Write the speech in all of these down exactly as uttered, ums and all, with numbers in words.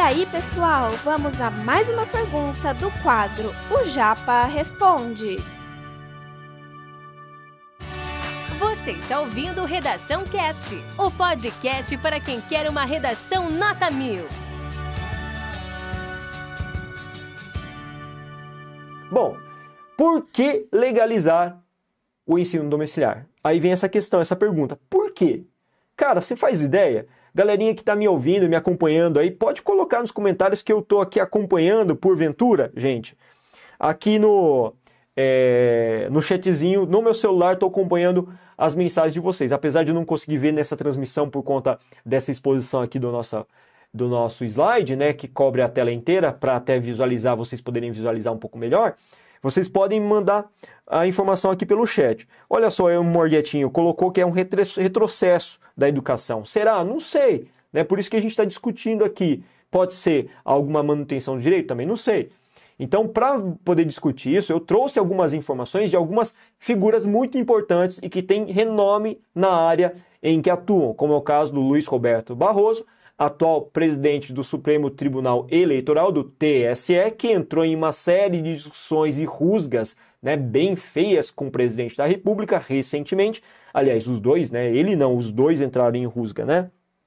aí, pessoal, vamos a mais uma pergunta do quadro O Japa Responde. Você está ouvindo Redação Cast, o podcast para quem quer uma redação nota mil. Bom, por que legalizar o ensino domiciliar? Aí vem essa questão, essa pergunta. Por quê? Cara, você faz ideia? Galerinha que está me ouvindo, me acompanhando aí, pode colocar nos comentários que eu estou aqui acompanhando, porventura, gente. Aqui no, é, no chatzinho, no meu celular, estou acompanhando as mensagens de vocês. Apesar de não conseguir ver nessa transmissão por conta dessa exposição aqui do nosso, do nosso slide, né, que cobre a tela inteira, para até visualizar, vocês poderem visualizar um pouco melhor, vocês podem mandar a informação aqui pelo chat. Olha só, o Morguetinho colocou que é um retrocesso da educação. Será? Não sei. Né? Por isso que a gente está discutindo aqui. Pode ser alguma manutenção do direito? Também não sei. Então, para poder discutir isso, eu trouxe algumas informações de algumas figuras muito importantes e que têm renome na área em que atuam, como é o caso do Luiz Roberto Barroso, atual presidente do Supremo Tribunal Eleitoral, do T S E, que entrou em uma série de discussões e rusgas, né, bem feias com o presidente da República recentemente. Aliás, os dois, né? Ele não, os dois entraram em rusga, né?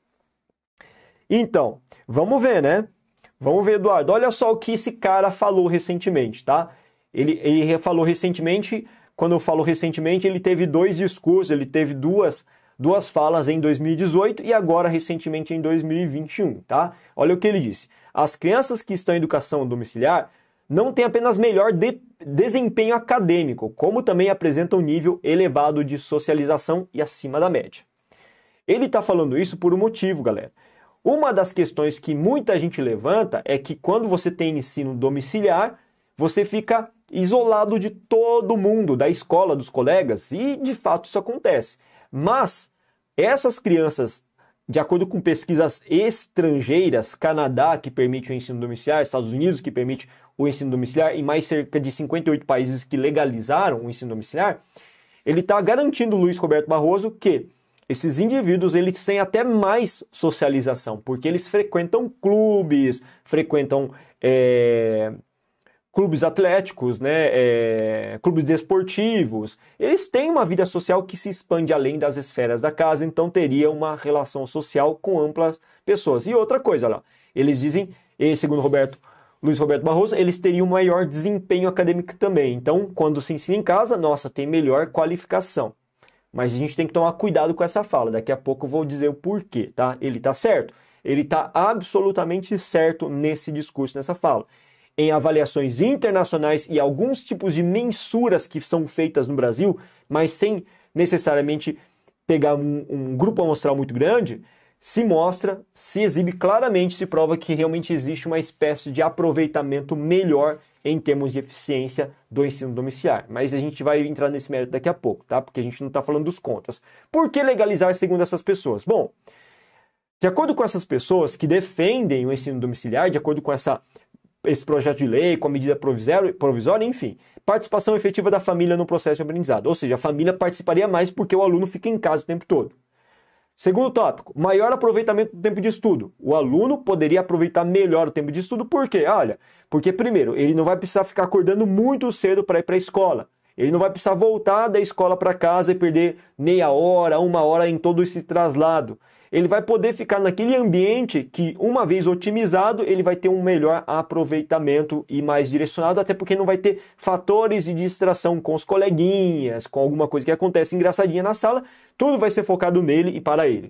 Então, vamos ver, né? Vamos ver, Eduardo. Olha só o que esse cara falou recentemente, tá? Ele, ele falou recentemente, quando eu falo recentemente, ele teve dois discursos, ele teve duas... duas falas em dois mil e dezoito e agora recentemente em dois mil e vinte e um, tá? Olha o que ele disse. As crianças que estão em educação domiciliar não têm apenas melhor de desempenho acadêmico, como também apresentam um nível elevado de socialização e acima da média. Ele está falando isso por um motivo, galera. Uma das questões que muita gente levanta é que quando você tem ensino domiciliar, você fica isolado de todo mundo, da escola, dos colegas, e de fato isso acontece. Mas essas crianças, de acordo com pesquisas estrangeiras, Canadá, que permite o ensino domiciliar, Estados Unidos, que permite o ensino domiciliar, e mais cerca de cinquenta e oito países que legalizaram o ensino domiciliar, ele está garantindo, Luiz Roberto Barroso, que esses indivíduos eles têm até mais socialização, porque eles frequentam clubes, frequentam... É... clubes atléticos, né, é, clubes desportivos, eles têm uma vida social que se expande além das esferas da casa, então teria uma relação social com amplas pessoas. E outra coisa, lá, eles dizem, e segundo Roberto, Luiz Roberto Barroso, eles teriam maior desempenho acadêmico também. Então, quando se ensina em casa, nossa, tem melhor qualificação. Mas a gente tem que tomar cuidado com essa fala, daqui a pouco eu vou dizer o porquê, tá? Ele tá certo? Ele tá absolutamente certo nesse discurso, nessa fala. Em avaliações internacionais e alguns tipos de mensuras que são feitas no Brasil, mas sem necessariamente pegar um, um grupo amostral muito grande, se mostra, se exibe claramente, se prova que realmente existe uma espécie de aproveitamento melhor em termos de eficiência do ensino domiciliar. Mas a gente vai entrar nesse mérito daqui a pouco, tá? Porque a gente não está falando dos contras. Por que legalizar segundo essas pessoas? Bom, de acordo com essas pessoas que defendem o ensino domiciliar, de acordo com essa esse projeto de lei, com a medida provisória, enfim, participação efetiva da família no processo de aprendizado. Ou seja, a família participaria mais porque o aluno fica em casa o tempo todo. Segundo tópico, maior aproveitamento do tempo de estudo. O aluno poderia aproveitar melhor o tempo de estudo, por quê? Olha, porque primeiro, ele não vai precisar ficar acordando muito cedo para ir para a escola. Ele não vai precisar voltar da escola para casa e perder meia hora, uma hora em todo esse traslado. Ele vai poder ficar naquele ambiente que, uma vez otimizado, ele vai ter um melhor aproveitamento e mais direcionado, até porque não vai ter fatores de distração com os coleguinhas, com alguma coisa que acontece engraçadinha na sala, tudo vai ser focado nele e para ele.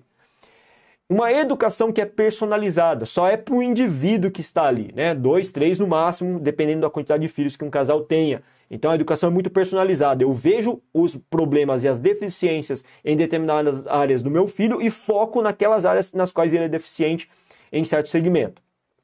Uma educação que é personalizada, só é para o indivíduo que está ali, né? Dois, três no máximo, dependendo da quantidade de filhos que um casal tenha. Então a educação é muito personalizada. Eu vejo os problemas e as deficiências em determinadas áreas do meu filho e foco naquelas áreas nas quais ele é deficiente em certo segmento.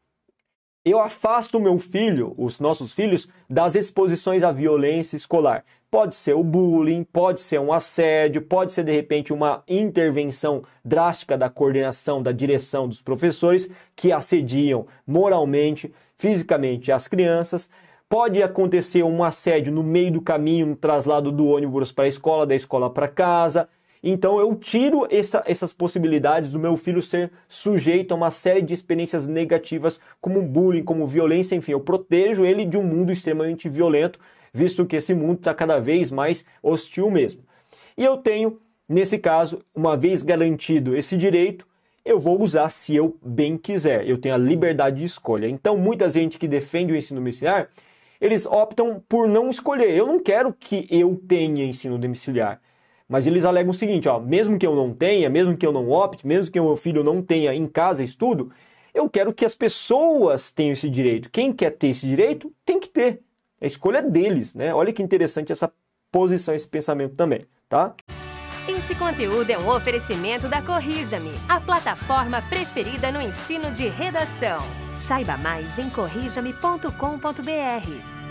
Eu afasto o meu filho, os nossos filhos, das exposições à violência escolar. Pode ser o bullying, pode ser um assédio, pode ser de repente uma intervenção drástica da coordenação, da direção dos professores que assediam moralmente, fisicamente as crianças. Pode acontecer um assédio no meio do caminho, no traslado do ônibus para a escola, da escola para casa. Então eu tiro essa, essas possibilidades do meu filho ser sujeito a uma série de experiências negativas, como bullying, como violência, enfim, eu protejo ele de um mundo extremamente violento, visto que esse mundo está cada vez mais hostil mesmo. E eu tenho, nesse caso, uma vez garantido esse direito, eu vou usar se eu bem quiser, eu tenho a liberdade de escolha. Então muita gente que defende o ensino domiciliar, eles optam por não escolher. Eu não quero que eu tenha ensino domiciliar. Mas eles alegam o seguinte, ó, mesmo que eu não tenha, mesmo que eu não opte, mesmo que o meu filho não tenha em casa estudo, eu quero que as pessoas tenham esse direito. Quem quer ter esse direito, tem que ter. A escolha é deles, né? Olha que interessante essa posição, esse pensamento também, tá? Esse conteúdo é um oferecimento da Corrija-me, a plataforma preferida no ensino de redação. Saiba mais em corrija me ponto com ponto br.